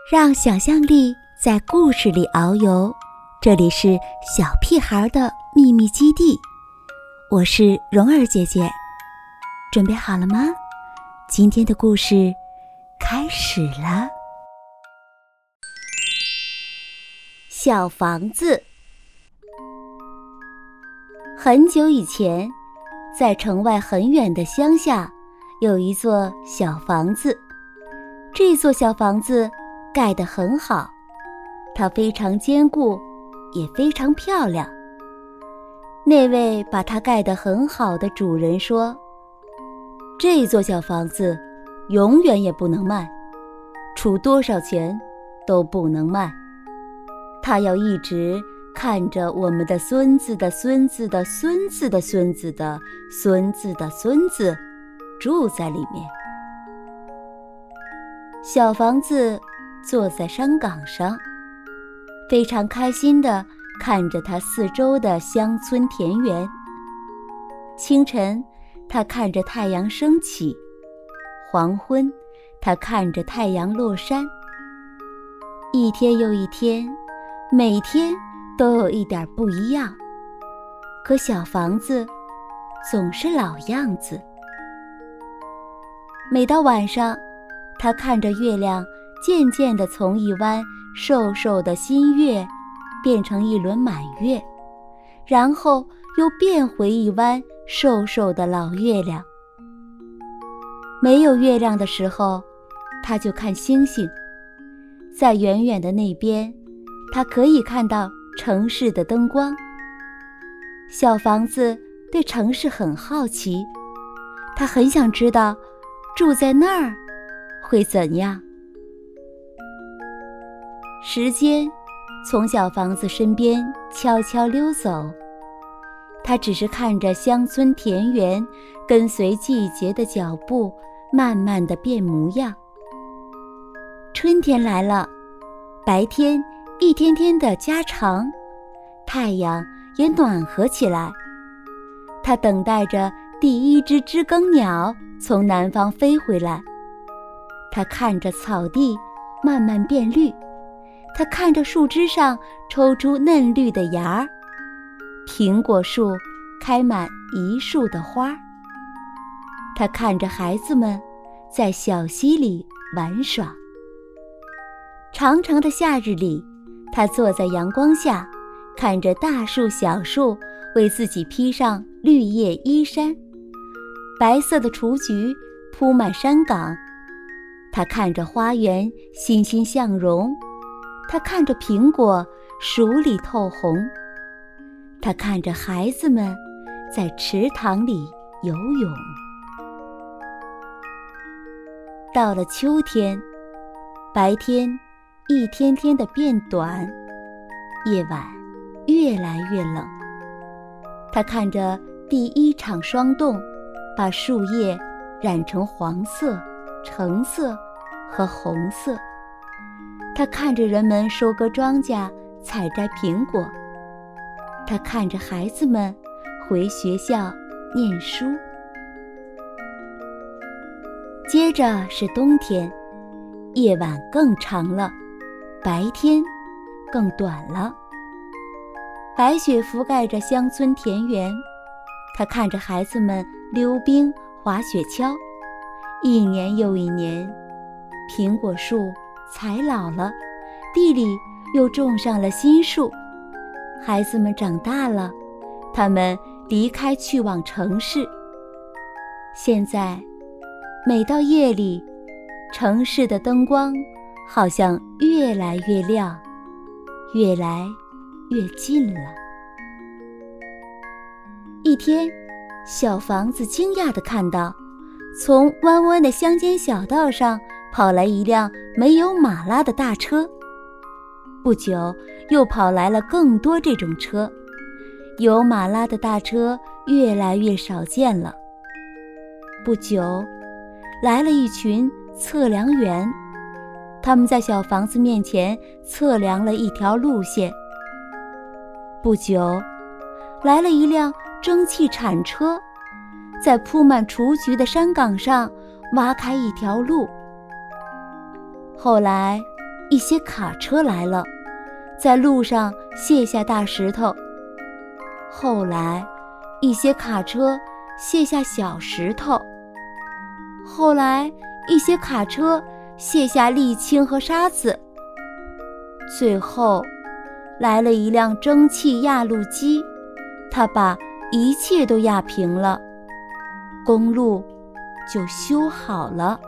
让想象力在故事里遨游，这里是小屁孩的秘密基地，我是蓉儿姐姐，准备好了吗？今天的故事开始了。小房子。很久以前，在城外很远的乡下，有一座小房子。这座小房子盖得很好，它非常坚固，也非常漂亮。那位把它盖得很好的主人说，这座小房子永远也不能卖，出多少钱都不能卖。他要一直看着我们的孙子的孙子的孙子的孙子的孙子的孙子住在里面。小房子坐在山岗上，非常开心地看着它四周的乡村田园。清晨，他看着太阳升起；黄昏，他看着太阳落山。一天又一天，每天都有一点不一样，可小房子总是老样子。每到晚上，他看着月亮渐渐地从一弯瘦瘦的新月变成一轮满月，然后又变回一弯瘦瘦的老月亮。没有月亮的时候，他就看星星。在远远的那边，他可以看到城市的灯光。小房子对城市很好奇，他很想知道住在那儿会怎样。时间从小房子身边悄悄溜走，他只是看着乡村田园跟随季节的脚步慢慢地变模样。春天来了，白天一天天的加长，太阳也暖和起来。他等待着第一只知更鸟从南方飞回来。他看着草地慢慢变绿，他看着树枝上抽出嫩绿的芽儿，苹果树开满一树的花。他看着孩子们在小溪里玩耍。长长的夏日里，他坐在阳光下，看着大树小树为自己披上绿叶衣衫，白色的雏菊铺满山岗。他看着花园欣欣向荣，他看着苹果熟里透红，他看着孩子们在池塘里游泳。到了秋天，白天一天天的变短，夜晚越来越冷。他看着第一场霜冻把树叶染成黄色、橙色和红色。他看着人们收割庄稼、采摘苹果。他看着孩子们回学校念书。接着是冬天，夜晚更长了，白天更短了。白雪覆盖着乡村田园，他看着孩子们溜冰、滑雪橇。一年又一年，苹果树采老了，地里又种上了新树。孩子们长大了，他们离开去往城市。现在每到夜里，城市的灯光好像越来越亮，越来越近了。一天，小房子惊讶地看到，从弯弯的乡间小道上跑来一辆没有马拉的大车。不久，又跑来了更多这种车，有马拉的大车越来越少见了。不久，来了一群测量员，他们在小房子面前测量了一条路线。不久，来了一辆蒸汽铲车，在铺满雏菊的山岗上挖开一条路。后来一些卡车来了，在路上卸下大石头。后来，一些卡车卸下小石头。后来，一些卡车卸下沥青和沙子。最后，来了一辆蒸汽压路机，它把一切都压平了，公路就修好了。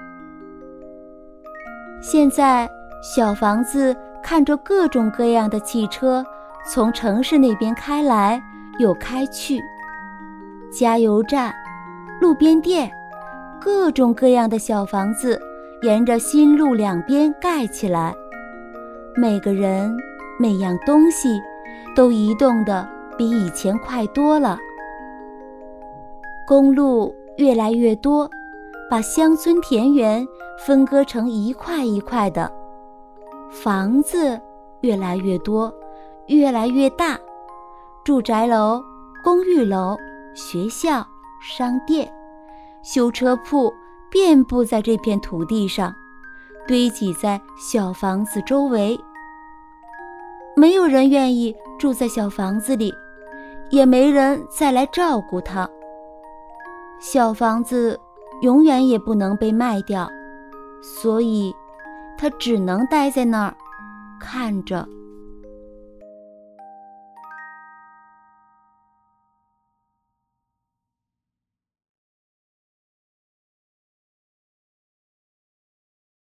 现在，小房子看着各种各样的汽车从城市那边开来又开去，加油站、路边店，各种各样的小房子沿着新路两边盖起来，每个人、每样东西都移动得比以前快多了。公路越来越多，把乡村田园分割成一块一块的，房子越来越多，越来越大，住宅楼、公寓楼、学校、商店、修车铺遍布在这片土地上，堆积在小房子周围。没有人愿意住在小房子里，也没人再来照顾它。小房子永远也不能被卖掉，所以它只能待在那儿，看着